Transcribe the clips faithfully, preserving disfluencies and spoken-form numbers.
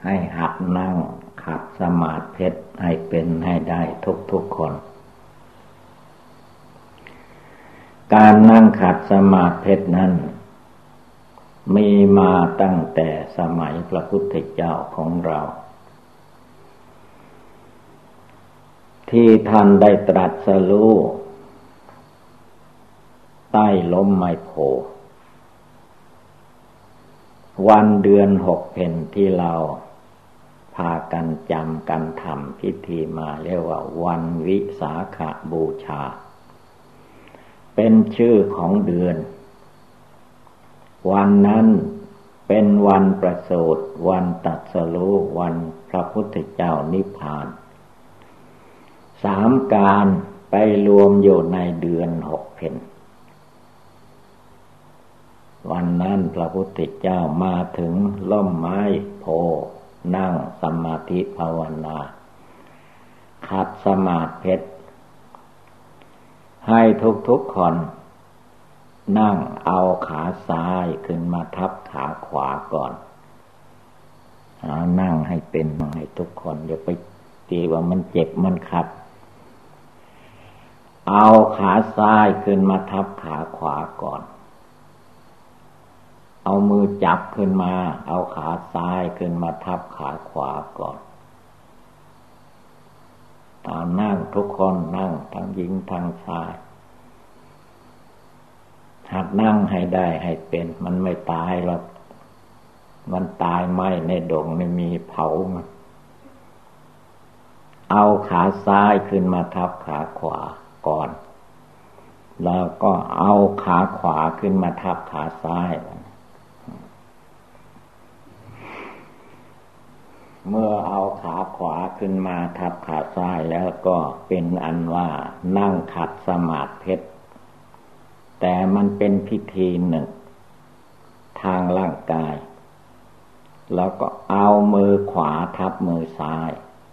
ให้หัดนั่งขัดสมาธิให้เป็นให้ได้ทุกๆคนการนั่งขัดสมาธินั้นมีมาตั้งแต่สมัยพระพุทธเจ้าของเราที่ท่านได้ตรัสรู้ใต้ล้มไมโพธิ์วันเดือนหกเพ็ญที่เราพากันจำกันทำพิธีมาเรียกว่าวันวิสาขบูชาเป็นชื่อของเดือนวันนั้นเป็นวันประสูติวันตรัสรู้วันพระพุทธเจ้านิพพานสามการไปรวมอยู่ในเดือนหกเพ็ญวันนั้นพระพุทธเจ้ามาถึงล่มไม้โพนั่งสมาธิภาวนาขัดสมาธิให้ทุกๆคนนั่งเอาขาซ้ายขึ้นมาทับขาขวาก่อนเอานั่งให้เป็นให้ทุกคนอย่าไปตีว่ามันเจ็บมันขัดเอาขาซ้ายขึ้นมาทับขาขวาก่อนเอามือจับขึ้นมาเอาขาซ้ายขึ้นมาทับขาขวาก่อนเอานั่งทุกคนนั่งทั้งหญิงทั้งชายหัดนั่งให้ได้ให้เป็นมันไม่ตายหรอกมันตายไหมในดงไม่มีเผามันเอาขาซ้ายขึ้นมาทับขาขวาก่อนแล้วก็เอาขาขวาขึ้นมาทับขาซ้ายเมื่อเอาขาขวาขึ้นมาทับขาซ้ายแล้วก็เป็นอันว่านั่งขัดสมาธิแต่มันเป็นพิธีหนึ่งทางร่างกายแล้วก็เอามือขวาทับมือซ้าย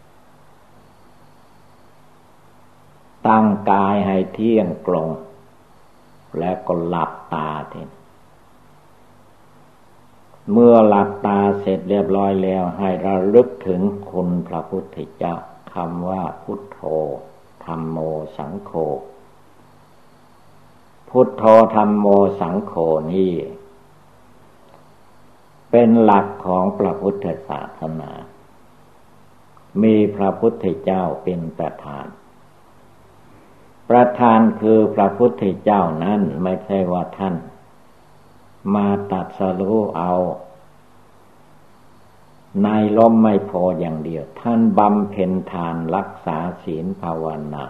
ตั้งกายให้เที่ยงตรงแล้วก็หลับตาทีเมื่อหลับตาเสร็จเรียบร้อยแล้วให้ระลึกถึงคุณพระพุทธเจ้าคำว่าพุทโธธัมโมสังโฆพุทโธธัมโมสังโฆนี้เป็นหลักของพระพุทธศาสนามีพระพุทธเจ้าเป็นประธานประธานคือพระพุทธเจ้านั้นไม่ใช่ว่าท่านมาตรัสรู้เอาในล้มไม่พออย่างเดียวท่านบำเพ็ญทานรักษาศีลภาวนา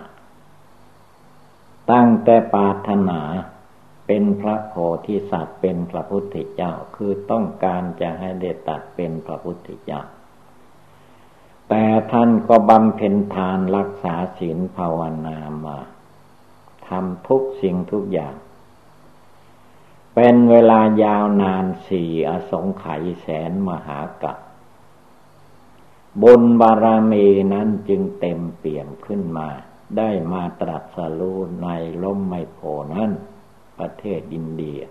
ตั้งแต่ปรารถนาเป็นพระโพธิสัตว์เป็นพระพุทธเจ้าคือต้องการจะให้ได้ตัดเป็นพระพุทธเจ้าแต่ท่านก็บำเพ็ญทานรักษาศีลภาวนามาทำทุกสิ่งทุกอย่างเป็นเวลายาวนานสี่อสงไขยแสนมหากัปบุญบารมีนั้นจึงเต็มเปี่ยมขึ้นมาได้มาตรัสรู้ในล้มไมโพนั้นประเทศอินเดีย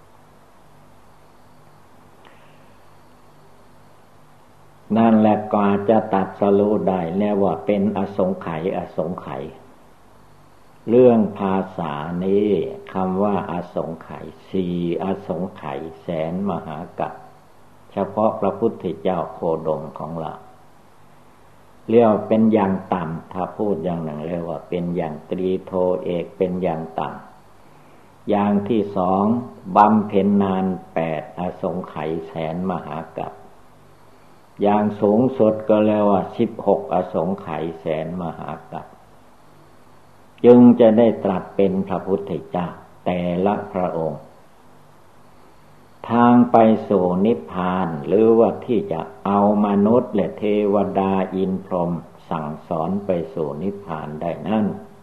นั่นแหละกว่าจะตรัสรู้ได้แล้วว่าเป็นอสงไขยอสงไขยเรื่องภาษานี้คำว่าอสงไขยสี่อสงไขยแสนมหากัปเฉพาะพระพุทธเจ้าโคดมของเราเรียกว่าเป็นอย่างต่ำถ้าพูดอย่างหนึ่งเรียกว่าเป็นอย่างตรีโทเอกเป็นอย่างต่ำอย่างที่สองบำเพ็ญนานแปดอสงไขยแสนมหากัปอย่างสูงสุดก็เรียกว่าสิบหกอสงไขยแสนมหากัปจึงจะได้ตรัสเป็นพระพุทธเจ้าแต่ละพระองค์ทางไปสู่นิพพานหรือว่าที่จะเอามนุษย์และเทวดาอินทร์พรหมสั่งสอนไปสู่นิพพานได้นั้น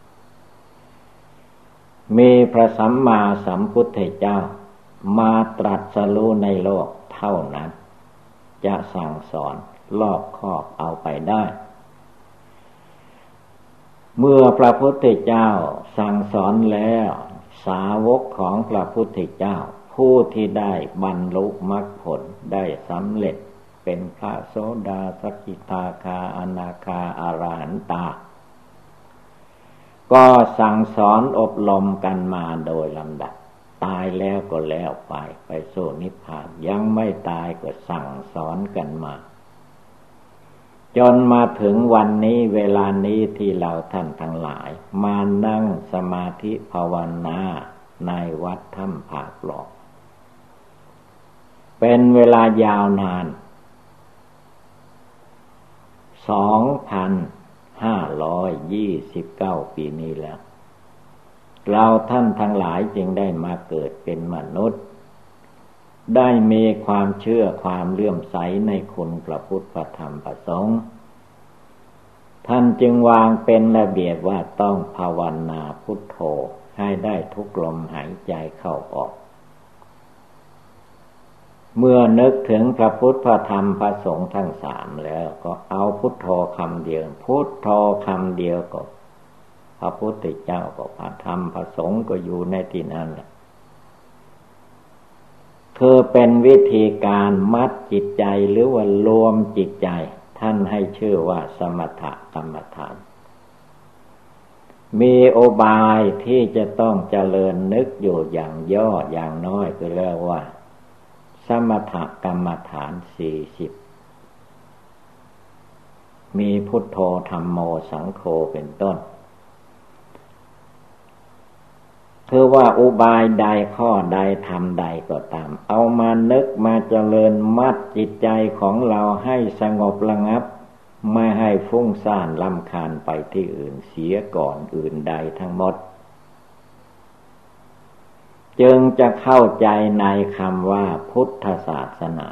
มีพระสัมมาสัมพุทธเจ้ามาตรัสรู้ในโลกเท่านั้นจะสั่งสอนรอบคอบเอาไปได้เมื่อพระพุทธเจ้าสั่งสอนแล้วสาวกของพระพุทธเจ้าผู้ที่ได้บรรลุมรรคผลได้สำเร็จเป็นพระโสดาสกิทาคาอนาคาอรหันตาก็สั่งสอนอบรมกันมาโดยลำดับตายแล้วก็แล้วไปไปสู่นิพพานยังไม่ตายก็สั่งสอนกันมาจนมาถึงวันนี้เวลานี้ที่เราท่านทั้งหลายมานั่งสมาธิภาวนาในวัดถ้ำผาปลอกเป็นเวลายาวนานสองพันห้าร้อยยี่สิบเก้าปีนี้แล้วเราท่านทั้งหลายจึงได้มาเกิดเป็นมนุษย์ได้มีความเชื่อความเลื่อมใสในคุณพระพุทธพระธรรมพระสงฆ์ท่านจึงวางเป็นระเบียบว่าต้องภาวนาพุทโธให้ได้ทุกลมหายใจเข้าออกเมื่อนึกถึงพระพุทธพระธรรมพระสงฆ์ทั้งสามแล้วก็เอาพุทโธคำเดียวพุทโธคำเดียวก็พระพุทธเจ้าก็พระธรรมพระสงฆ์ก็อยู่ในที่นั้นแหละคือเป็นวิธีการมัดจิตใจหรือว่ารวมจิตใจท่านให้ชื่อว่าสมถกรรมฐานมีโอบายที่จะต้องเจริญนึกอยู่อย่างย่ออย่างน้อยก็เรียกว่าสมถกรรมฐานสี่สิบมีพุทโธธัมโมสังโฆเป็นต้นคือว่าอุบายใดข้อใดทำใดก็ตามเอามานึกมาเจริญมัดจิตใจของเราให้สงบระงับไม่ให้ฟุ้งซ่านรำคาญไปที่อื่นเสียก่อนอื่นใดทั้งหมดจึงจะเข้าใจในคำว่าพุทธศาสนา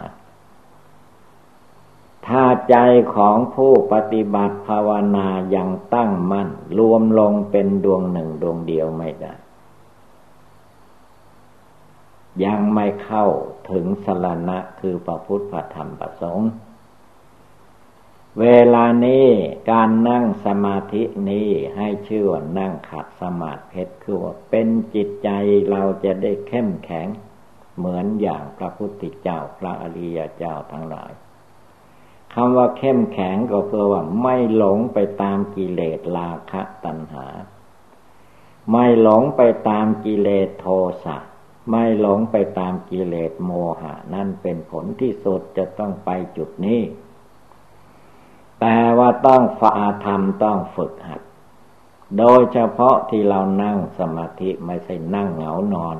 ถ้าใจของผู้ปฏิบัติภาวนายังตั้งมั่นรวมลงเป็นดวงหนึ่งดวงเดียวไม่ได้ยังไม่เข้าถึงสรณะคือพระพุทธพระธรรมพระสงฆ์เวลานี้การนั่งสมาธินี้ให้ชื่อว่านั่งขัดสมาธิคือว่าเป็นจิตใจเราจะได้เข้มแข็งเหมือนอย่างพระพุทธเจ้าพระอริยเจ้าทั้งหลายคำว่าเข้มแข็งก็เพื่อว่าไม่หลงไปตามกิเลสราคะตัณหาไม่หลงไปตามกิเลสโทสะไม่หลงไปตามกิเลสโมหะนั่นเป็นผลที่สุดจะต้องไปจุดนี้แต่ว่าต้องฝ่าธรรมต้องฝึกหัดโดยเฉพาะที่เรานั่งสมาธิไม่ใช่นั่งเหงานอน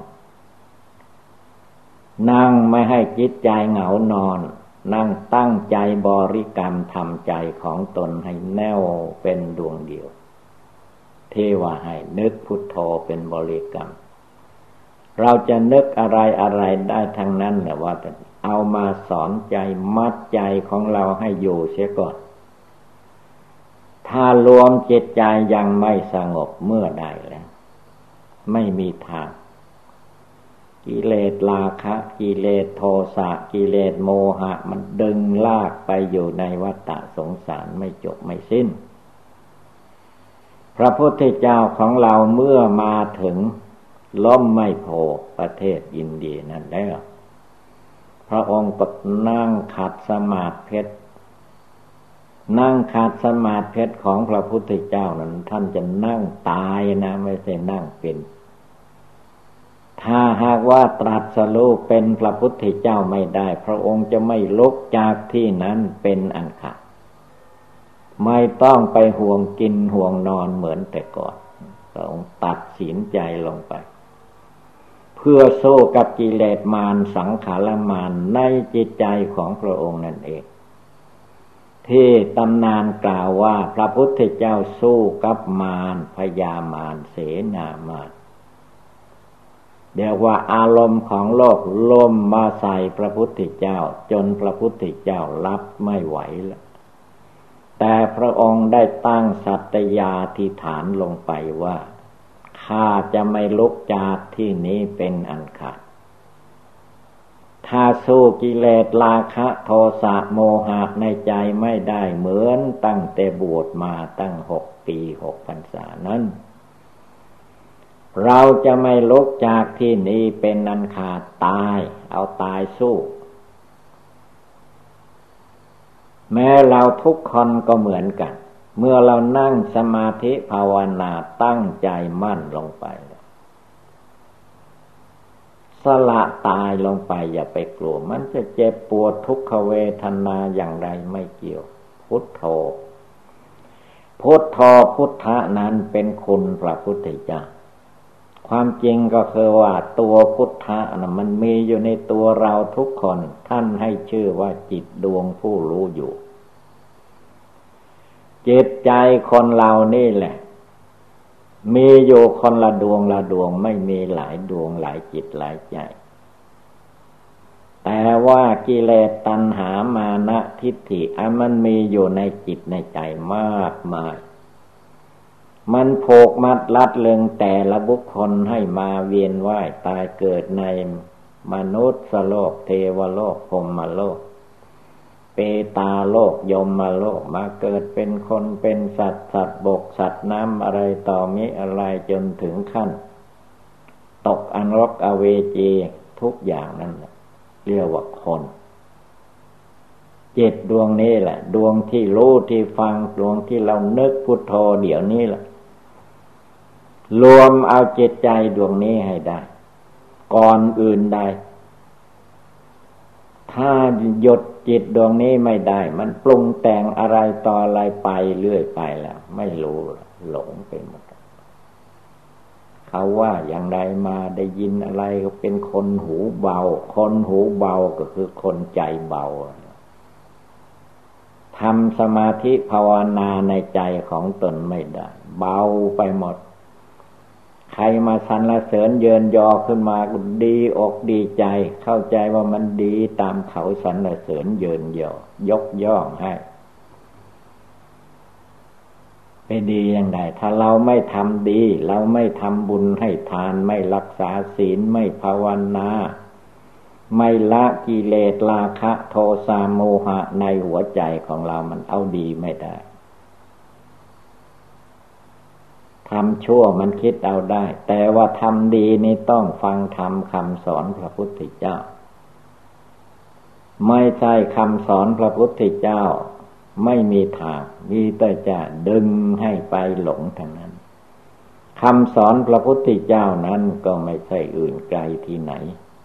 นั่งไม่ให้จิตใจเหงานอนนั่งตั้งใจบริกรรมทำใจของตนให้แน่วเป็นดวงเดียวที่ว่าให้นึกพุทโธเป็นบริกรรมเราจะนึกอะไรอะไรได้ทั้งนั้นแหละว่าแต่เอามาสอนใจมัดใจของเราให้อยู่เสียก่อนถ้ารวมจิตใจยังไม่สงบเมื่อใดแล้วไม่มีทางกิเลสราคะกิเลสโทสะกิเลสโมหะมันดึงลากไปอยู่ในวัฏสงสารไม่จบไม่สิ้นพระพุทธเจ้าของเราเมื่อมาถึงล้มไม่โพประเทศอินเดียนั่นแล้วพระองค์ก็นั่งขัดสมาธินั่งขัดสมาธิของพระพุทธเจ้านั้นท่านจะนั่งตายนะไม่ใช่นั่งเป็นถ้าหากว่าตรัสรู้เป็นพระพุทธเจ้าไม่ได้พระองค์จะไม่ลุกจากที่นั้นเป็นอันขาดไม่ต้องไปห่วงกินห่วงนอนเหมือนแต่ก่อนพระองค์ตัดสินใจลงไปเพื่อสู้กับกิเลสมารสังขารมารในจิตใจของพระองค์นั่นเองที่ตำนานกล่าวว่าพระพุทธเจ้าสู้กับมารพญามารเสนามารเรียกว่าอารมณ์ของโลกล่มมาใส่พระพุทธเจ้าจนพระพุทธเจ้ารับไม่ไหวแล้วแต่พระองค์ได้ตั้งสัตยาธิฐานลงไปว่าข้าจะไม่ลุกจากที่นี้เป็นอันขาดถ้าสู้กิเลสราคะโทสะโมหะในใจไม่ได้เหมือนตั้งแต่บวชมาตั้งหกปีหกพรรษานั้นเราจะไม่ลุกจากที่นี้เป็นอันขาดตายเอาตายสู้แม้เราทุกคนก็เหมือนกันเมื่อเรานั่งสมาธิภาวนาตั้งใจมั่นลงไปสละตายลงไปอย่าไปกลัวมันจะเจ็บปวดทุกขเวทนาอย่างไรไม่เกี่ยวพุทโธพุทโธพุทธะนั้นเป็นคุณพระพุทธเจ้าความจริงก็คือว่าตัวพุทธะนะมันมีอยู่ในตัวเราทุกคนท่านให้ชื่อว่าจิตดวงผู้รู้อยู่จิตใจคนเรานี่แหละมีอยู่คนละดวงละดวงไม่มีหลายดวงหลายจิตหลายใจแต่ว่ากิเลสตัณหามานะทิฏฐิอันมันมีอยู่ในจิตในใจมากมายมันผูกมัดลัดลึงแต่ละบุคคลให้มาเวียนว่ายตายเกิดในมนุษย์โลกเทวโลกพรหมโลกเปตาโลกยมโลกมาเกิดเป็นคนเป็นสัตว์สัตว์บกสัตว์น้ำอะไรต่อมิอะไรจนถึงขั้นตกอนรกอเวจีทุกอย่างนั่นแหละเรียกว่าคนจิตดวงนี้แหละดวงที่รู้ที่ฟังดวงที่เรานึกพุทโธเดี๋ยวนี้แหละรวมเอาจิตใจดวงนี้ให้ได้ก่อนอื่นใดถ้าหยุดจิตดวงนี้ไม่ได้มันปรุงแต่งอะไรต่ออะไรไปเรื่อยไปแล้วไม่รู้หลงไปหมดเขาว่าอย่างไรมาได้ยินอะไรก็เป็นคนหูเบาคนหูเบาก็คือคนใจเบาทำสมาธิภาวนาในใจของตนไม่ได้เบาไปหมดใครมาสรรเสริญเยินยอขึ้นมาก็ดีอกดีใจเข้าใจว่ามันดีตามเขาสรรเสริญเยินยอยกย่องให้ไปดีอย่างไรถ้าเราไม่ทำดีเราไม่ทำบุญให้ทานไม่รักษาศีลไม่ภาวนาไม่ละกิเลสราคะโทสะโมหะในหัวใจของเรามันเอาดีไม่ได้ทำชั่วมันคิดเอาได้แต่ว่าทำดีนี่ต้องฟังธรรมคำสอนพระพุทธเจ้าไม่ใช่คำสอนพระพุทธเจ้าไม่มีทางมีแต่จะดึงให้ไปหลงทางนั้นคำสอนพระพุทธเจ้านั้นก็ไม่ใช่อื่นไกลที่ไหน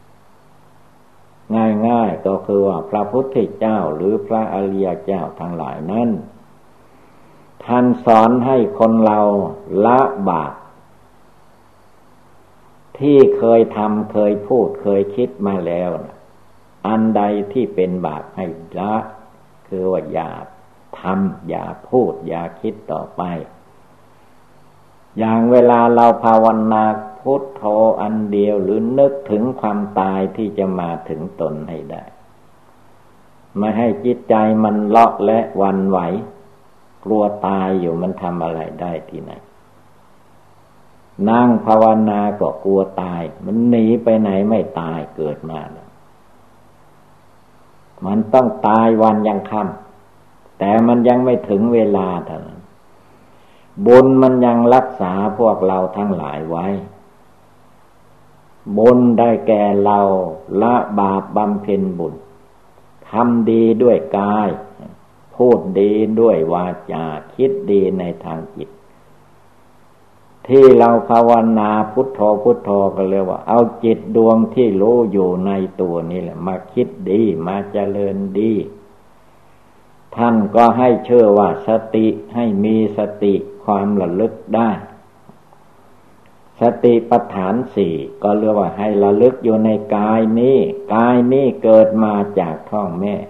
ง่ายๆก็คือว่าพระพุทธเจ้าหรือพระอริยเจ้าทั้งหลายนั้นท่านสอนให้คนเราละบาปที่เคยทำเคยพูดเคยคิดมาแล้วนะอันใดที่เป็นบาปให้ละคือว่าอย่าทำอย่าพูดอย่าคิดต่อไปอย่างเวลาเราภาวนาพุทโธอันเดียวหรือนึกถึงความตายที่จะมาถึงตนให้ได้ไม่ให้จิตใจมันเลาะและหวั่นไหวกลัวตายอยู่มันทำอะไรได้ที่ไหนนั่งภาวนาก็กลัวตายมันหนีไปไหนไม่ตายเกิดมาแล้วมันต้องตายวันยังค่ำแต่มันยังไม่ถึงเวลาเท่านั้นบุญมันยังรักษาพวกเราทั้งหลายไว้บุญได้แก่เราละบาปบำเพ็ญบุญทำดีด้วยกายพูดดีด้วยวาจาคิดดีในทางจิตที่เราภาวนาพุทโธพุทโธก็เรียกว่าเอาจิตดวงที่รู้อยู่ในตัวนี้แหละมาคิดดีมาเจริญดีท่านก็ให้เชื่อว่าสติให้มีสติความระลึกได้สติปัฏฐานสี่ก็เรียกว่าให้ระลึกอยู่ในกายนี้กายนี้เกิดมาจากท้องแม่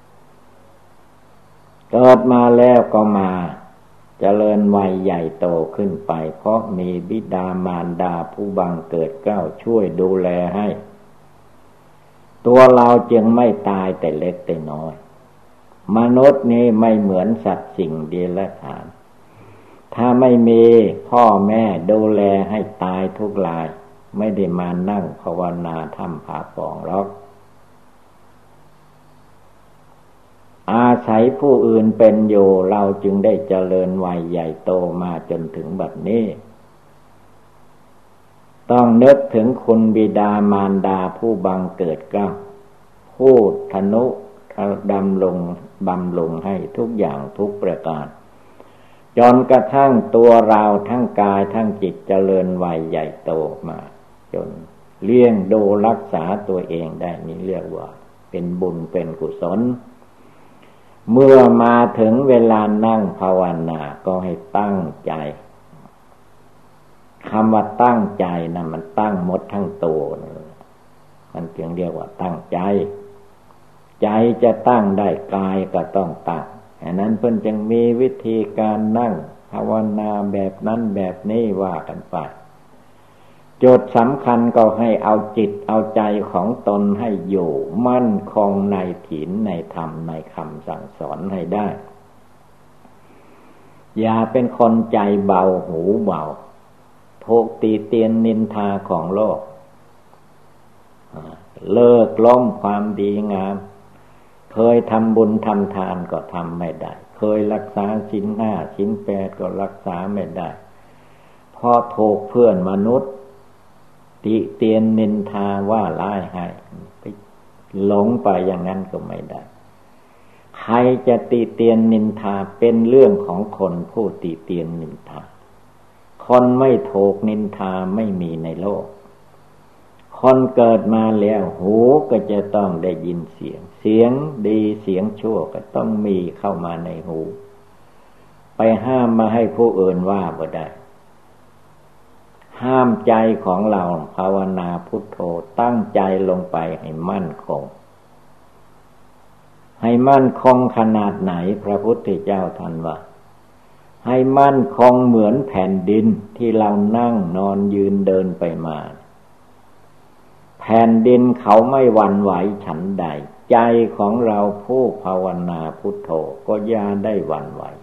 เกิดมาแล้วก็มาเจริญวัยใหญ่โตขึ้นไปเพราะมีบิดามารดาผู้บังเกิดเกล้าช่วยดูแลให้ตัวเราจึงไม่ตายแต่เล็กแต่น้อยมนุษย์นี้ไม่เหมือนสัตว์สิ่งเดรัจฉานถ้าไม่มีพ่อแม่ดูแลให้ตายทุกรายไม่ได้มานั่งภาวนาทำผาป่องหรอกอาศัยผู้อื่นเป็นอยู่เราจึงได้เจริญวัยใหญ่โตมาจนถึงบัดนี้ต้องนึกถึงคุณบิดามารดาผู้บังเกิดเกล้าผู้ทนุถดำรงบำรุงให้ทุกอย่างทุกประการจนกระทั่งตัวเราทั้งกายทั้งจิตเจริญวัยใหญ่โตมาจนเลี้ยงดูรักษาตัวเองได้นี่เรียกว่าเป็นบุญเป็นกุศลเมื่อมาถึงเวลานั่งภาวนาก็ให้ตั้งใจคำว่าตั้งใจนะมันตั้งหมดทั้งตัวมันจึงเรียกว่าตั้งใจใจจะตั้งได้กายก็ต้องตั้งฉะนั้นเพิ่นจึงมีวิธีการนั่งภาวนาแบบนั้นแบบนี้ว่ากันไปโจทย์สำคัญก็ให้เอาจิตเอาใจของตนให้อยู่มั่นคงในศีลในธรรมในคำสั่งสอนให้ได้อย่าเป็นคนใจเบาหูเบาถูกตีเตียนนินทาของโลกเลิกล้มความดีงามเคยทำบุญทำทานก็ทำไม่ได้เคยรักษาศีลห้าศีลแปดก็รักษาไม่ได้เพราะถูกเพื่อนมนุษย์ติเตียนนินทาว่าร้ายให้ไปหลงไปอย่างนั้นก็ไม่ได้ใครจะติเตียนนินทาเป็นเรื่องของคนผู้ติเตียนนินทาคนไม่ถูกนินทาไม่มีในโลกคนเกิดมาแล้วหูก็จะต้องได้ยินเสียงเสียงดีเสียงชั่วก็ต้องมีเข้ามาในหูไปห้ามมาให้ผู้อื่นว่าบ่ได้ห้ามใจของเราภาวนาพุทโธตั้งใจลงไปให้มั่นคงให้มั่นคงขนาดไหนพระพุทธเจ้าท่านว่าให้มั่นคงเหมือนแผ่นดินที่เรานั่งนอนยืนเดินไปมาแผ่นดินเขาไม่หวั่นไหวฉันใดใจของเราผู้ภาวนาพุทโธก็อย่าได้หวั่นไหว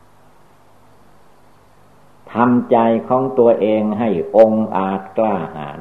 ทำใจของตัวเองให้องอาจกล้าหาญ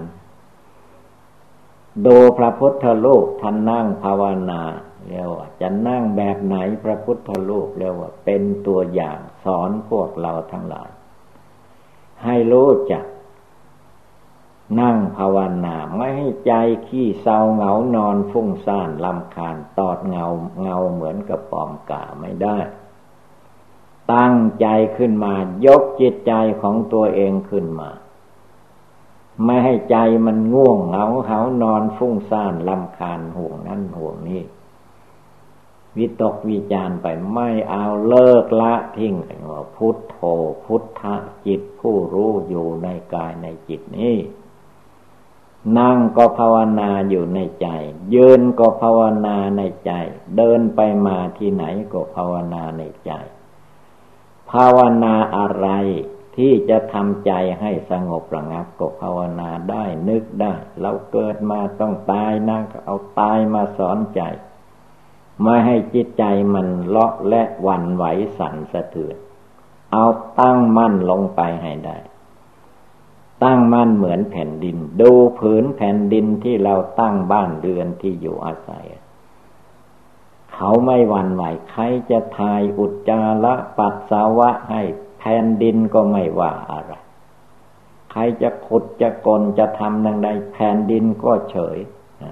ดูพระพุทธรูปท่านนั่งภาวนาเรียกว่าจะนั่งแบบไหนพระพุทธรูปเรียกว่าเป็นตัวอย่างสอนพวกเราทั้งหลายให้รู้จักนั่งภาวนาไม่ให้ใจขี้เศร้าเหงานอนฟุ้งซ่านรำคาญตอดเงาเงาเหมือนกับปอมก่าไม่ได้ตั้งใจขึ้นมายกจิตใจของตัวเองขึ้นมาไม่ให้ใจมันง่วงเหงาเหานอนฟุ้งซ่านรำคาญห่วงนั้นห่วงนี้วิตกวิจารไปไม่เอาเลิกละทิ้งว่าพุทโธพุทธะจิตผู้รู้อยู่ในกายในจิตนี้นั่งก็ภาวนาอยู่ในใจยืนก็ภาวนาในใจเดินไปมาที่ไหนก็ภาวนาในใจภาวนาอะไรที่จะทำใจให้สงบระงับก็ภาวนาได้นึกได้เราเกิดมาต้องตายนะก็เอาตายมาสอนใจไม่ให้จิตใจมันเลาะและหวั่นไหวสั่นสะเทือนเอาตั้งมั่นลงไปให้ได้ตั้งมั่นเหมือนแผ่นดินดูผืนแผ่นดินที่เราตั้งบ้านเรือนที่อยู่อาศัยเขาไม่หวั่นไหวใครจะทายอุจจาระปัสสาวะให้แผ่นดินก็ไม่ว่าอะไรใครจะขุดจะกลจะทำดังใดแผ่นดินก็เฉย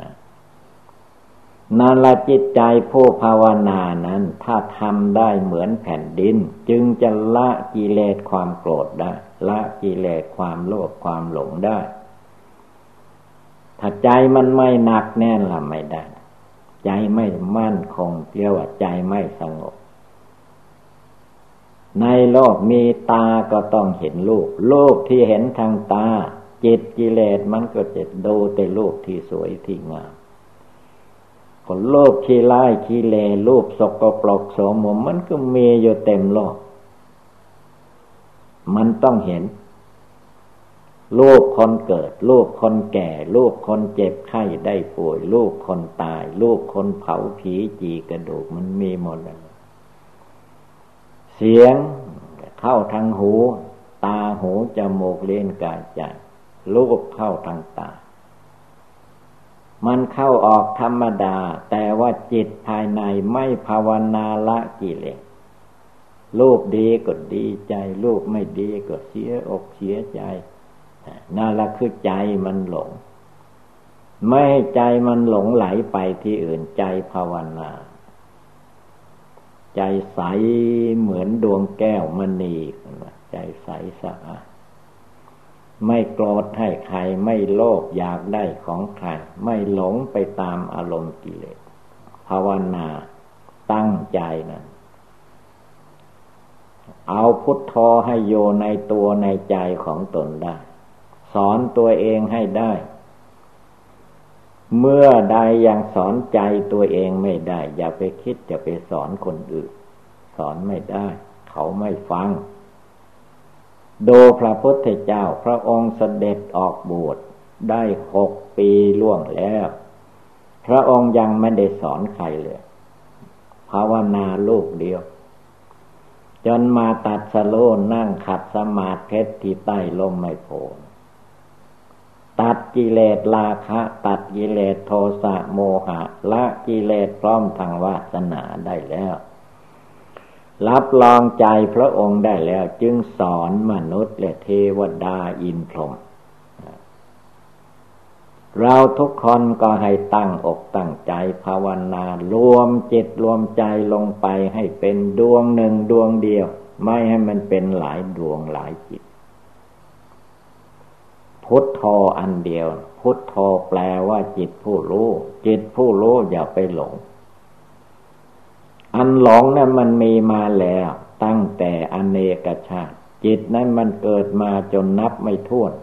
นั่นละจิตใจผู้ภาวนานั้นถ้าทำได้เหมือนแผ่นดินจึงจะละกิเลสความโกรธได้ละกิเลสความโลภความหลงได้ถ้าใจมันไม่หนักแน่นละไม่ได้ใจไม่มั่นคงเรียกว่าใจไม่สงบในโลกมีตาก็ต้องเห็นรูปรูปที่เห็นทางตาจิตกิเลสมันก็จะดูแต่รูปที่สวยที่งามคนโลภขี้ร้ายขี้เลวรูปสกปรกโสมมมันก็มีอยู่เต็มโลกมันต้องเห็นรูปคนเกิดรูปคนแก่รูปคนเจ็บไข้ได้ป่วยรูปคนตายรูปคนเผาผีจีกระดูกมันมีหมดเลยเสียงเข้าทางหูตาหูจมูกลิ้นกายใจรูปเข้าทางตามันเข้าออกธรรมดาแต่ว่าจิตภายในไม่ภาวนาละกิเลสรูปดีก็ดีใจรูปไม่ดีก็เสียอกเสียใจนั่นแหละคือใจมันหลงไม่ให้ใจมันหลงไหลไปที่อื่นใจภาวนาใจใสเหมือนดวงแก้วมณีใจใสสะอาดไม่โกรธให้ใครไม่โลภอยากได้ของใครไม่หลงไปตามอารมณ์กิเลสภาวนาตั้งใจนะเอาพุทโธให้โยในตัวในใจของตนได้สอนตัวเองให้ได้เมื่อใดยังสอนใจตัวเองไม่ได้อย่าไปคิดจะไปสอนคนอื่นสอนไม่ได้เขาไม่ฟังดูพระพุทธเจ้าพระองค์เสด็จออกบวชได้หกปีล่วงแล้วพระองค์ยังไม่ได้สอนใครเลยภาวนาลูกเดียวจนมาตัดสโลนั่งขัดสมาธิที่ใต้ลมไมโพธิ์ตัดกิเลสราคะตัดกิเลสโทสะโมหะละกิเลสพร้อมทางวาสนาได้แล้วรับรองใจพระองค์ได้แล้วจึงสอนมนุษย์และเทวดาอินทร์พรหมเราทุกคนก็ให้ตั้งอกตั้งใจภาวนารวมจิตรวมใจลงไปให้เป็นดวงหนึ่งดวงเดียวไม่ให้มันเป็นหลายดวงหลายจิตพุทโธอันเดียวพุทโธแปลว่าจิตผู้รู้จิตผู้รู้อย่าไปหลงอันหลงนั้นมันมีมาแล้วตั้งแต่อเนกชาติจิตนั้นมันเกิดมาจนนับไม่ถ้วน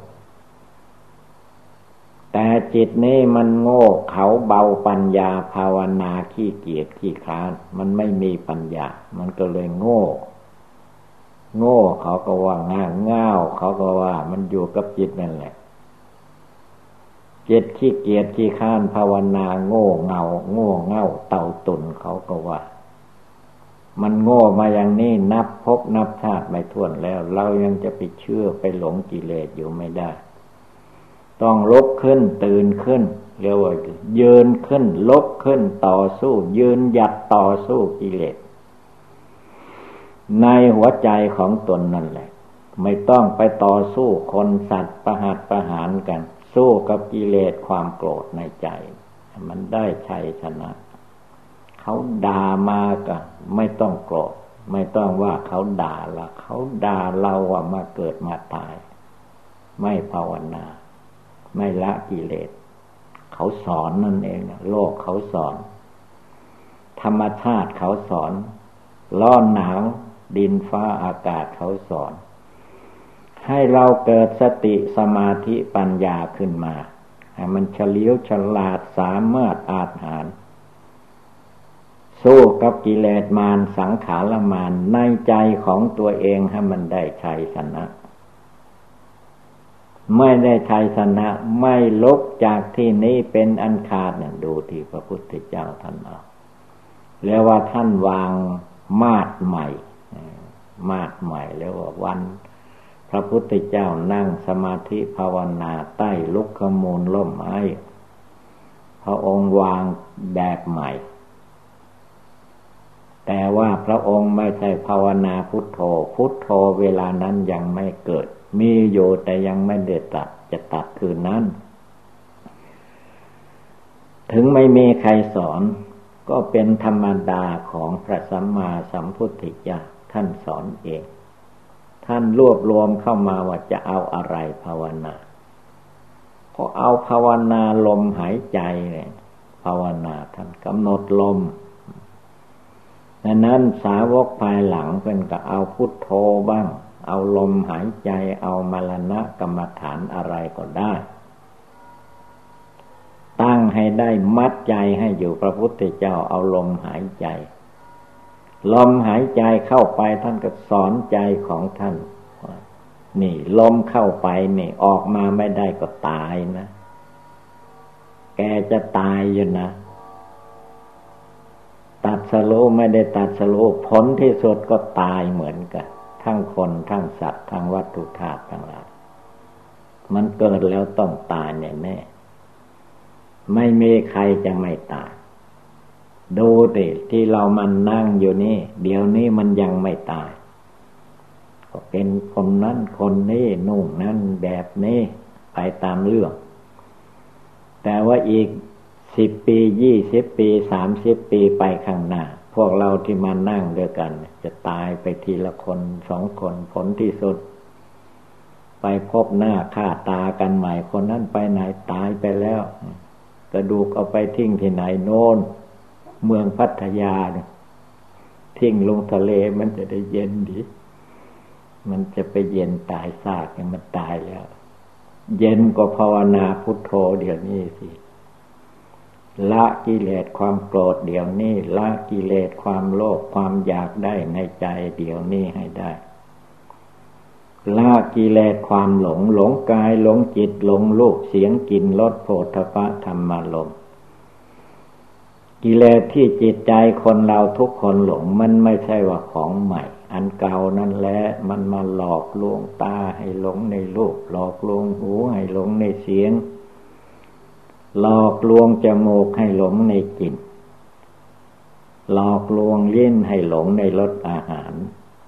แต่จิตนี้มันโง่เขาเบาปัญญาภาวนาขี้เกียจขี้คร้านมันไม่มีปัญญามันก็เลยโง่โง่เขาก็ว่าง่าง่าวเขาก็ว่ามันอยู่กับจิตนั่นแหละจิตขี้เกียจขี้คร้านภาวนาโง่เงาโง่เง่าเต่าตุ่นเขาก็ว่ามันโง่มาอย่างนี้นับพบนับชาติไม่ถ้วนแล้วเรายังจะไปเชื่อไปหลงกิเลสอยู่ไม่ได้ต้องลุกขึ้นตื่นขึ้นเรียกว่ายืนขึ้นลุกขึ้นต่อสู้ยืนหยัดต่อสู้กิเลสในหัวใจของตนนั่นแหละไม่ต้องไปต่อสู้คนสัตว์ประหัตประหารกันสู้กับกิเลสความโกรธในใจมันได้ชัยชนะเขาด่ามาก็ไม่ต้องโกรธไม่ต้องว่าเขาด่าละเขาด่าเราว่ามาเกิดมาตายไม่ภาวนาไม่ละกิเลสเขาสอนนั่นเองโลกเขาสอนธรรมชาติเขาสอนร้อนหนาวดินฟ้าอากาศเขาสอนให้เราเกิดสติสมาธิปัญญาขึ้นมาให้มันเฉลียวฉลาดสามารถอาจหารสู้กับกิเลสมารสังขารมารในใจของตัวเองให้มันได้ชัยชนะไม่ได้ชัยชนะไม่ลุกจากที่นี้เป็นอันขาดเนี่ยดูที่พระพุทธเจ้าท่านเอาแล้วว่าท่านวางมาดใหม่มาดใหม่แล้วว่าวันพระพุทธเจ้านั่งสมาธิภาวนาใต้ลุกขมูลล่มไม้พระองค์วางแบบใหม่แต่ว่าพระองค์ไม่ใช่ภาวนาพุทโธพุทโธเวลานั้นยังไม่เกิดมีอยู่แต่ยังไม่ได้ตัดจะตัดคืนนั้นถึงไม่มีใครสอนก็เป็นธรรมดาของพระสัมมาสัมพุทธเจ้าท่านสอนเองท่านรวบรวมเข้ามาว่าจะเอาอะไรภาวนาก็เอาภาวนาลมหายใจเนี่ยภาวนาท่านกำหนดลมดังนั้นสาวกภายหลังเป็นก็เอาพุทโธบ้างเอาลมหายใจเอามรณะกรรมฐานอะไรก็ได้ตั้งให้ได้มัดใจให้อยู่พระพุทธเจ้าเอาลมหายใจลมหายใจเข้าไปท่านก็สอนใจของท่านนี่ลมเข้าไปนี่ออกมาไม่ได้ก็ตายนะแกจะตายอยู่นะตัดสโลไม่ได้ตัดสโลผลที่สุดก็ตายเหมือนกันทั้งคนทั้งสัตว์ทั้งวัตถุธาตุทั้งหลายมันเกิดแล้วต้องตายแน่แน่ไม่มีใครจะไม่ตายดูดิที่เรามันนั่งอยู่นี่เดี๋ยวนี้มันยังไม่ตายก็เป็นคนนั้นคนนี้นู่นนั้นแบบนี้ไปตามเรื่องแต่ว่าอีกสิบปียี่สิบปีสามสิบปีไปข้างหน้าพวกเราที่มานั่งด้วยกันจะตายไปทีละคนสองคนผลที่สุดไปพบหน้าค่าตากันใหม่คนนั้นไปไหนตายไปแล้วกระดูกเอาไปทิ้งที่ไหนโน่นเมืองพัทยาเนี่ยทิ้งลงทะเลมันจะได้เย็นดีมันจะไปเย็นตายซากอย่างมันตายแล้วเย็นก็ภาวนาพุทโธเดี๋ยวนี้สิละกิเลสความโกรธเดี๋ยวนี้ละกิเลสความโลภความอยากได้ในใจเดี๋ยวนี้ให้ได้ละกิเลสความหลงหลงกายหลงจิตหลงรูปเสียงกลิ่นรสโผฏฐัพพะธรรมารมณ์กิเลสที่จิตใจคนเราทุกคนหลงมันไม่ใช่ว่าของใหม่อันเก่านั่นแหละมันมาหลอกลวงตาให้หลงในรูปหลอกลวงหูให้หลงในเสียงหลอกลวงจมูกให้หลงในกลิ่นหลอกลวงลิ้นให้หลงในรสอาหาร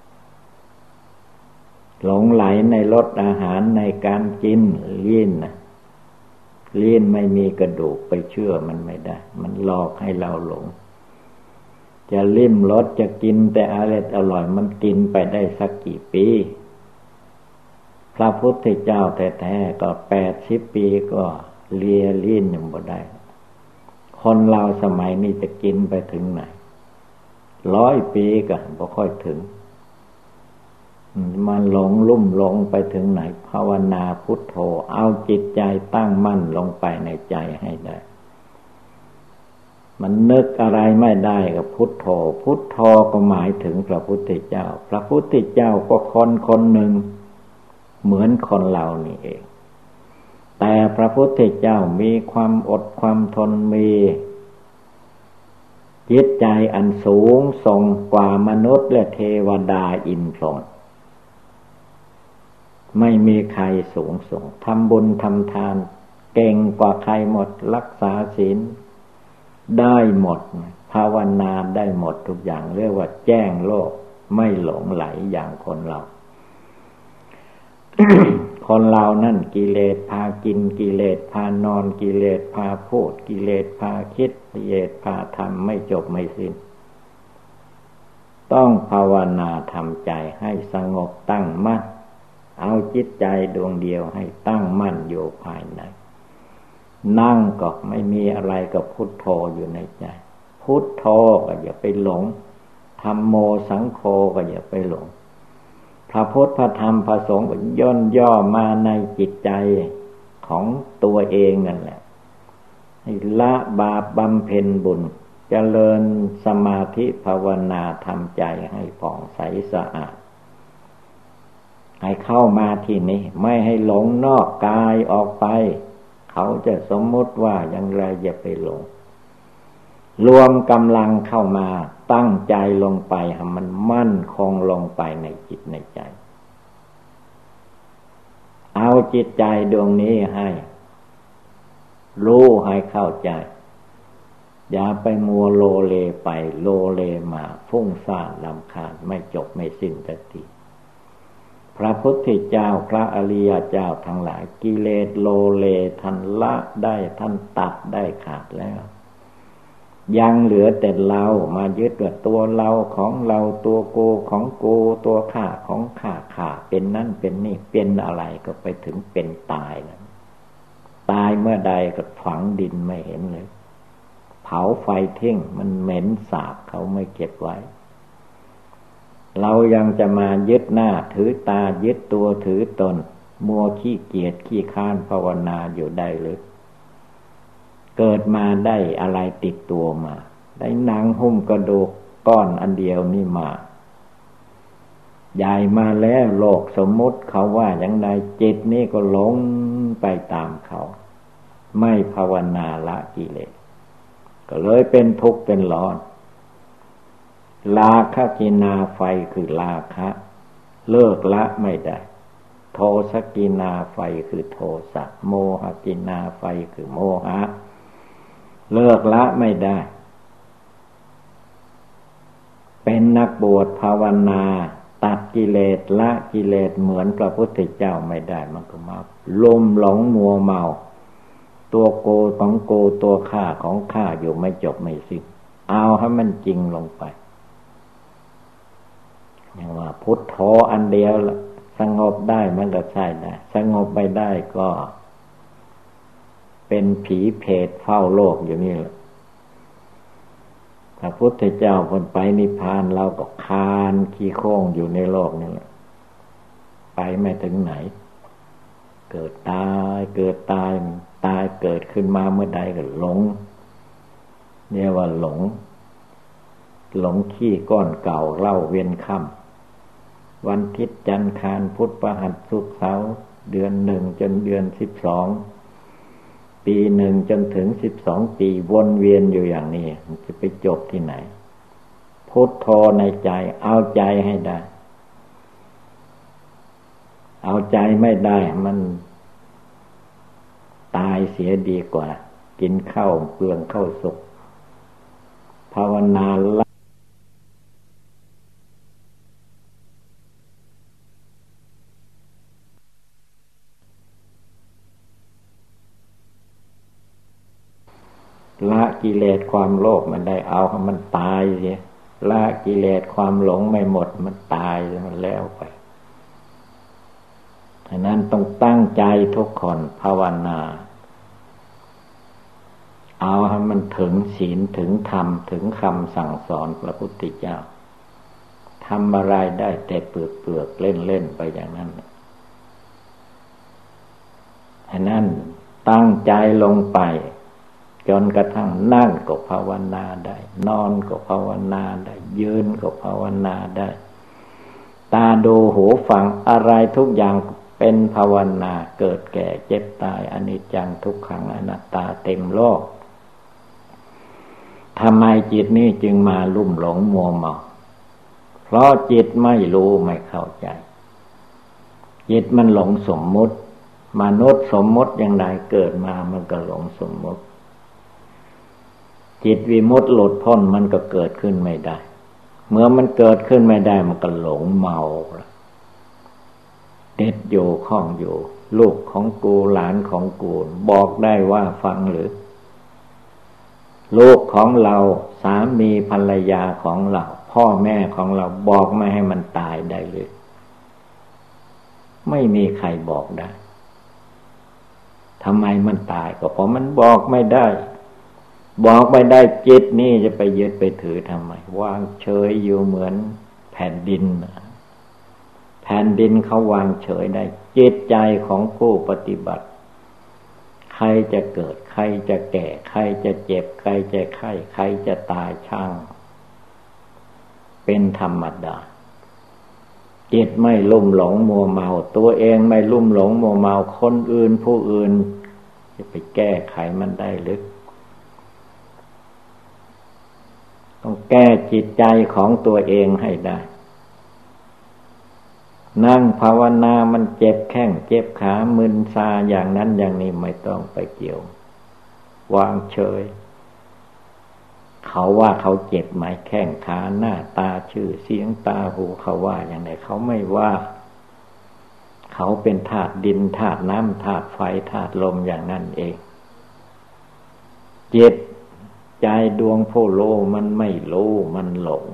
หลงไหลในรสอาหารในการกินลิ้นนะลิ้นไม่มีกระดูกไปเชื่อมันไม่ได้มันหลอกให้เราหลงจะลิ้มรสจะกินแต่อร่อยอร่อยมันกินไปได้สักกี่ปีพระพุทธเจ้าแท้ๆก็แปดสิบปีก็เลียลิ้นยังบ่ได้คนเราสมัยนี้จะกินไปถึงไหนร้อยปีก็บ่ค่อยถึงมันหลงลุ่มหลงไปถึงไหนภาวนาพุทโธเอาจิตใจตั้งมั่นลงไปในใจให้ได้มันนึกอะไรไม่ได้กับพุทโธพุทโธก็หมายถึงพระพุทธเจ้าพระพุทธเจ้าก็คนคนหนึ่งเหมือนคนเรานี่เองแต่พระพุทธเจ้ามีความอดความทนมีจิตใจอันสูงส่งกว่ามนุษย์และเทวดาอินทร์พรหมไม่มีใครสูงส่งทำบุญทำทานเก่งกว่าใครหมดรักษาศีลได้หมดภาวนาได้หมดทุกอย่างเรียกว่าแจ้งโลกไม่หลงไหลอย่างคนเรา คนเรานั่นกิเลสพากินกิเลสพานอนกิเลสพาพูดกิเลสพาคิดกิเลสพาทำไม่จบไม่สิ้นต้องภาวนาทำใจให้สงบตั้งมั่นเอาจิตใจดวงเดียวให้ตั้งมั่นอยู่ภายในนั่งก็ไม่มีอะไรกับพุทโธอยู่ในใจพุทโธก็อย่าไปหลงธัมโมสังโฆก็อย่าไปหลงพระพุทธพระธรรมพระสงฆ์ก็ย่นย่อมาในจิตใจของตัวเองนั่นแหละให้ละบาปบำเพ็ญบุญเจริญสมาธิภาวนาทำใจให้ผ่องใสสะอาดให้เข้ามาที่นี้ไม่ให้หลงนอกกายออกไปเขาจะสมมติว่าอย่างไรอย่าไปหลงรวมกำลังเข้ามาตั้งใจลงไปให้มันมั่นคงลงไปในจิตในใจเอาจิตใจดวงนี้ให้รู้ให้เข้าใจอย่าไปมัวโลเลไปโลเลมาฟุ้งซ่านรำคาญไม่จบไม่สิ้นสักทีพระพุทธเจ้าพระอริยเจ้าทั้งหลายกิเลสโลเลท่านละได้ท่านตัดได้ขาดแล้วยังเหลือแต่เรามายึดว่าตัวเราของเราตัวกูของกูตัวข้าของข้าข้าเป็นนั่นเป็นนี่เป็นอะไรก็ไปถึงเป็นตายนะตายเมื่อใดก็ฝังดินไม่เห็นเลยเผาไฟทิ้งมันเหม็นสาบเขาไม่เก็บไว้เรายังจะมายึดหน้าถือตายึดตัวถือตนมัวขี้เกียจขี้ค้านภาวนาอยู่ได้หรือเกิดมาได้อะไรติดตัวมาได้หนังหุ้มกระดูกก้อนอันเดียวนี่มาใหญ่มาแล้วโลกสมมุติเขาว่าอย่างไรจิตนี่ก็หลงไปตามเขาไม่ภาวนาละกิเลสก็เลยเป็นทุกข์เป็นร้อนราคะกินาไฟคือราคะเลิกละไม่ได้โทสะกินาไฟคือโทสะโมหกินาไฟคือโมหะเลิกละไม่ได้เป็นนักบวชภาวนาตัดกิเลสละกิเลสเหมือนพระพุทธเจ้าไม่ได้มันก็มาลุ่มหลงมัวเมาตัวโกของโกตัวข้าของข้าอยู่ไม่จบไม่สิ้นเอาให้มันจริงลงไปอย่างว่าพุทโธอันเดียวสงบได้มันก็ใช่ได้สงบไม่ได้ก็เป็นผีเพศเฝ้าโลกอยู่นี่แหละพระพุทธเจ้าพ้นไปนิพพานเราก็คานขี้โค้งอยู่ในโลกนี่แหละไปไม่ถึงไหนเกิดตายเกิดตายตายเกิดขึ้นมาเมื่อใดก็หลงเรียกว่าหลงหลงขี้ก้อนเก่าเล่าเวียนค่ำวันอาทิตย์จันทร์อังคารพุธพฤหัสศุกร์เสาร์เดือนหนึ่งจนเดือนสิบสองปีหนึ่งจนถึงสิบสองปีวนเวียนอยู่อย่างนี้มันจะไปจบที่ไหนพุทโธในใจเอาใจให้ได้เอาใจไม่ได้มันตายเสียดีกว่ากินข้าวเปลืองข้าวสุกภาวนาละละกิเลสความโลภมันได้เอาให้มันตายเสียละกิเลสความหลงไม่หมดมันตายมันแล้วไปฉะนั้นต้องตั้งใจทุกคนภาวนาเอาให้มันถึงศีลถึงธรรมถึงคำสั่งสอนพระพุทธเจ้าทำอะไรได้แต่เปลือกเปลือกเล่นเล่นไปอย่างนั้นฉะนั้นตั้งใจลงไปจนกระทั่งนั่งก็ภาวนาได้นอนก็ภาวนาได้ยืนก็ภาวนาได้ตาดูหูฟังอะไรทุกอย่างเป็นภาวนาเกิดแก่เจ็บตายอนิจจังทุกขังอนัตตาเต็มโลกทำไมจิตนี้จึงมาลุ่มหลงมัวเมาเพราะจิตไม่รู้ไม่เข้าใจจิตมันหลงสมมุติมนุษย์สมมุติอย่างไรเกิดมามันก็หลงสมมุติจิตวิมุตติหลุดพ้นมันก็เกิดขึ้นไม่ได้เมื่อมันเกิดขึ้นไม่ได้มันก็หลงเมาติดอยู่ข้องอยู่ลูกของกูหลานของกูบอกได้ว่าฟังหรือลูกของเราสามีภรรยาของเราพ่อแม่ของเราบอกไม่ให้มันตายได้เลยไม่มีใครบอกได้ทำไมมันตายก็เพราะมันบอกไม่ได้บอกไม่ได้จิตนี่จะไปยึดไปถือทำไมวางเฉยอยู่เหมือนแผ่นดินแผ่นดินเขาวางเฉยได้จิตใจของผู้ปฏิบัติใครจะเกิดใครจะแก่ใครจะเจ็บใครจะไข้ใครจะตายช่างเป็นธรรมดาจิตไม่ลุ่มหลงมัวเมาตัวเองไม่ลุ่มหลงมัวเมาคนอื่นผู้อื่นจะไปแก้ไขมันได้หรือต้องแก้จิตใจของตัวเองให้ได้นั่งภาวนามันเจ็บแข้งเจ็บขามึนซาอย่างนั้นอย่างนี้ไม่ต้องไปเกี่ยววางเฉยเขาว่าเขาเจ็บไหมแข้งขาหน้าตาชื่อเสียงตาหูเขาว่าอย่างไรเขาไม่ว่าเขาเป็นธาตุดินธาตุน้ำธาตุไฟธาตุลมอย่างนั้นเองเจ็บใจดวงผู้โลมันไม่รู้มันหลง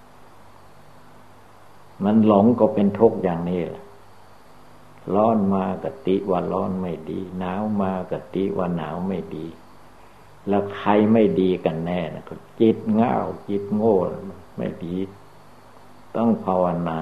มันหลงก็เป็นทุกข์อย่างนี้แหละร้อนมากติว่าร้อนไม่ดีหนาวมากติว่าหนาวไม่ดีแล้วใครไม่ดีกันแน่นะก็จิตง่าวจิตโง่ไม่ดีต้องภาวนา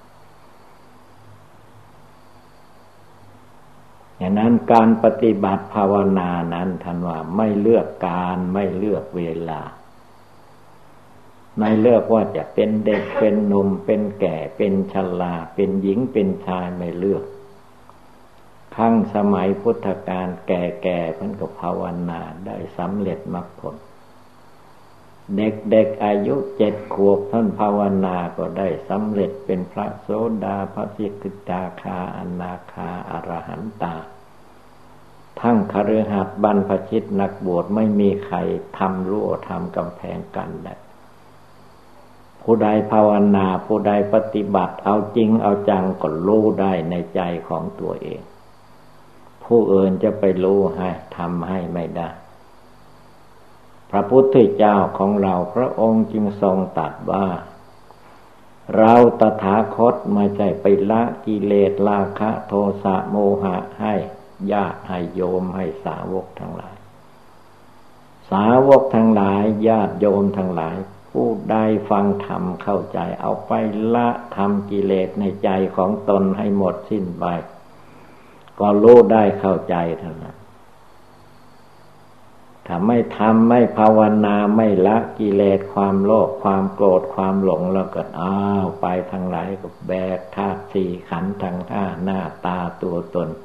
อย่างนั้นการปฏิบัติภาวนานั้นท่านว่าไม่เลือกการไม่เลือกเวลาไม่เลือกว่าจะเป็นเด็กเป็นหนุ่มเป็นแก่เป็นชราเป็นหญิงเป็นชายไม่เลือกครั้งสมัยพุทธกาลแก่ๆเพิ่นก็ภาวนาได้สำเร็จมรรคผลเด็กๆอายุเจ็ดขวบท่านภาวนาก็ได้สำเร็จเป็นพระโสดาพระสกิทาคาอนาคาอรหันตาทั้งคฤหัสถ์บรรพชิตนักบวชไม่มีใครทำรั้วทำกำแพงกันได้ผู้ใดภาวนาผู้ใดปฏิบัติเอาจริงเอาจังก็รู้ได้ในใจของตัวเองผู้อื่นจะไปรู้ให้ทำให้ไม่ได้พระพุทธเจ้าของเราพระองค์จึงทรงตรัสว่าเราตถาคตไม่ใช่ไปละกิเลสราคะโทสะโมหะให้ญาติให้โยมให้สาวกทั้งหลายสาวกทั้งหลายญาติโยมทั้งหลายผู้ใดฟังธรรมเข้าใจเอาไปละทำกิเลสในใจของตนให้หมดสิ้นไปก็รู้ได้เข้าใจเท่านั้นถ้าไม่ทำไม่ภาวนาไม่ละกิเลสความโลภความโกรธความหลงแล้วก็อ้าวไปทางไหนก็แบกธาตุสี่ขันธ์ทั้งห้าหน้าตาตัวตน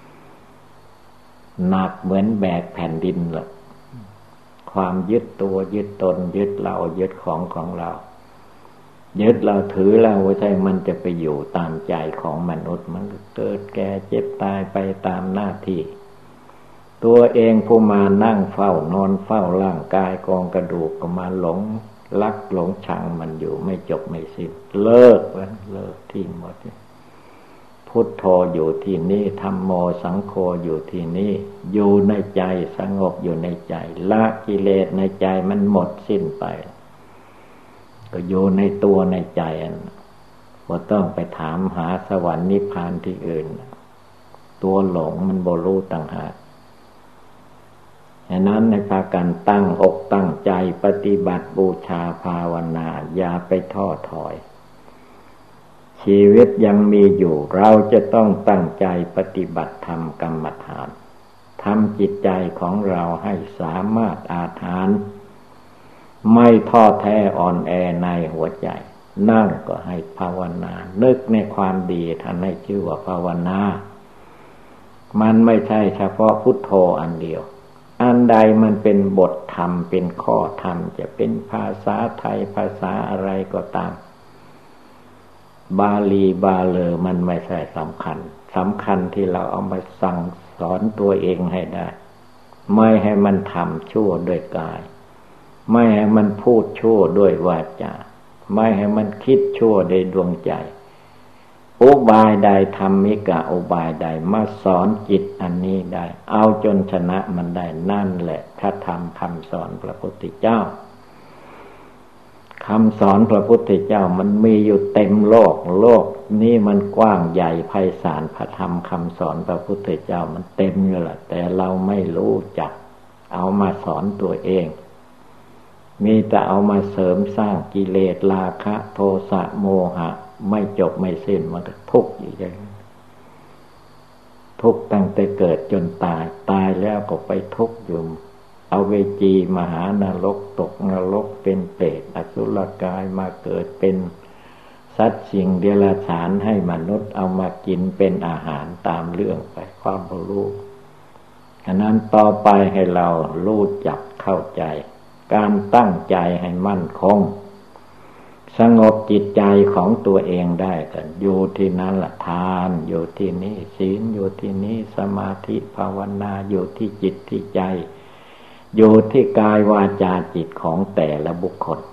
หนักเหมือนแบกแผ่นดินเลยความยึดตัวยึดตนยึดเรายึดของของเรายึดเราถือเราใช่มันจะไปอยู่ตามใจของมนุษย์มันก็เกิดแก่เจ็บตายไปตามหน้าที่ตัวเองผู้มานั่งเฝ้านอนเฝ้าร่างกายกองกระดูกก็มาหลงรักหลงชังมันอยู่ไม่จบไม่สิ้นเลิกแล้วเลิกทิ้งหมดพุทโธอยู่ที่นี่ธัมโมสังโฆอยู่ที่นี่อยู่ในใจสงบอยู่ในใจละกิเลสในใจมันหมดสิ้นไปก็อยู่ในตัวในใจบ่ต้องไปถามหาสวรรค์นิพพานที่อื่นตัวหลงมันบ่รู้ต่างหากฉะนั้นในพากันตั้งอกตั้งใจปฏิบัติบูชาภาวนาอย่าไปท้อถอยชีวิตยังมีอยู่เราจะต้องตั้งใจปฏิบัติธรรมกรรมฐานทำจิตใจของเราให้สามารถอาถรรพ์ไม่ท้อแท้อ่อนแอในหัวใจนั่งก็ให้ภาวนานึกในความดีท่านให้ชื่อว่าภาวนามันไม่ใช่เฉพาะพุทโธอันเดียวอันใดมันเป็นบทธรรมเป็นข้อธรรมจะเป็นภาษาไทยภาษาอะไรก็ตามบาลีบาเลอมันไม่ใช่สำคัญสำคัญที่เราเอามาสั่งสอนตัวเองให้ได้ไม่ให้มันทำชั่วด้วยกายไม่ให้มันพูดชั่วด้วยวาจาไม่ให้มันคิดชั่วในดวงใจอุบายใดธรรมิกะอุบายใดมาสอนจิตอันนี้ได้เอาจนชนะมันได้นั่นแหละพระธรรมคำสอนพระพุทธเจ้าคำสอนพระพุทธเจ้ามันมีอยู่เต็มโลกโลกนี้มันกว้างใหญ่ไพศาลพระธรรมคำสอนพระพุทธเจ้ามันเต็มอยู่แหละแต่เราไม่รู้จักเอามาสอนตัวเองมีแต่เอามาเสริมสร้างกิเลสราคะโทสะโมหะไม่จบไม่สิ้นมันก็ทุกข์อยู่อย่างนี้ทุกข์ตั้งแต่เกิดจนตายตายแล้วก็ไปทุกข์อยู่เอาเวจีมหานรกตกนรกเป็นเปรตอสุรกายมาเกิดเป็นสัตว์สิ่งเดรัจฉานให้มนุษย์เอามากินเป็นอาหารตามเรื่องไปความรู้ฉะนั้นต่อไปให้เรารู้จักเข้าใจการตั้งใจให้มั่นคงสงบจิตใจของตัวเองได้กันอยู่ที่นั้นละทานอยู่ที่นี้ศีลอยู่ที่นี้สมาธิภาวนาอยู่ที่จิตที่ใจอยู่ที่กายวาจาจิตของแต่ละบุคคล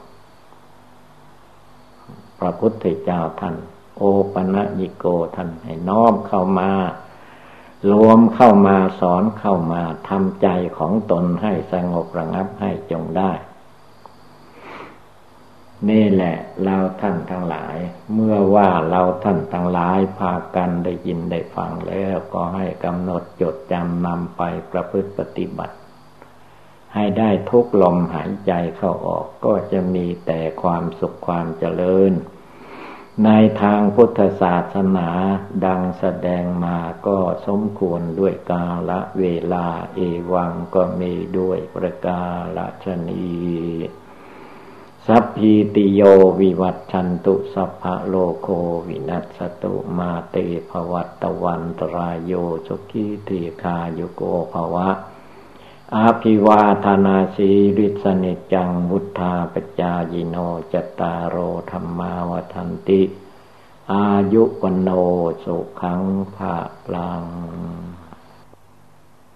พระพุทธเจ้าท่านโอปัญญิโกท่านให้น้อมเข้ามารวมเข้ามาสอนเข้ามาทำใจของตนให้สงบระงับให้จงได้นี่แหละเราท่านทั้งหลายเมื่อว่าเราท่านทั้งหลายพากันได้ยินได้ฟังแล้วก็ให้กำหนดจดจำนำไปประพฤติปฏิบัติให้ได้ทุกลมหายใจเข้าออกก็จะมีแต่ความสุขความเจริญในทางพุทธศาสนาดังแสดงมาก็สมควรด้วยกาลเวลาเอวังก็มีด้วยประกาศนีสัพพิติโยวิวัตชันตุสัพพะโลกโควินัสตุมาเตภวัตวันตรายโยสุขีติคายุโกภวะอาภิวาทนาสีริสนิจังวุธาปจายิโนจตารโอธรรมาวทันติอายุวโนสุขังภาลัง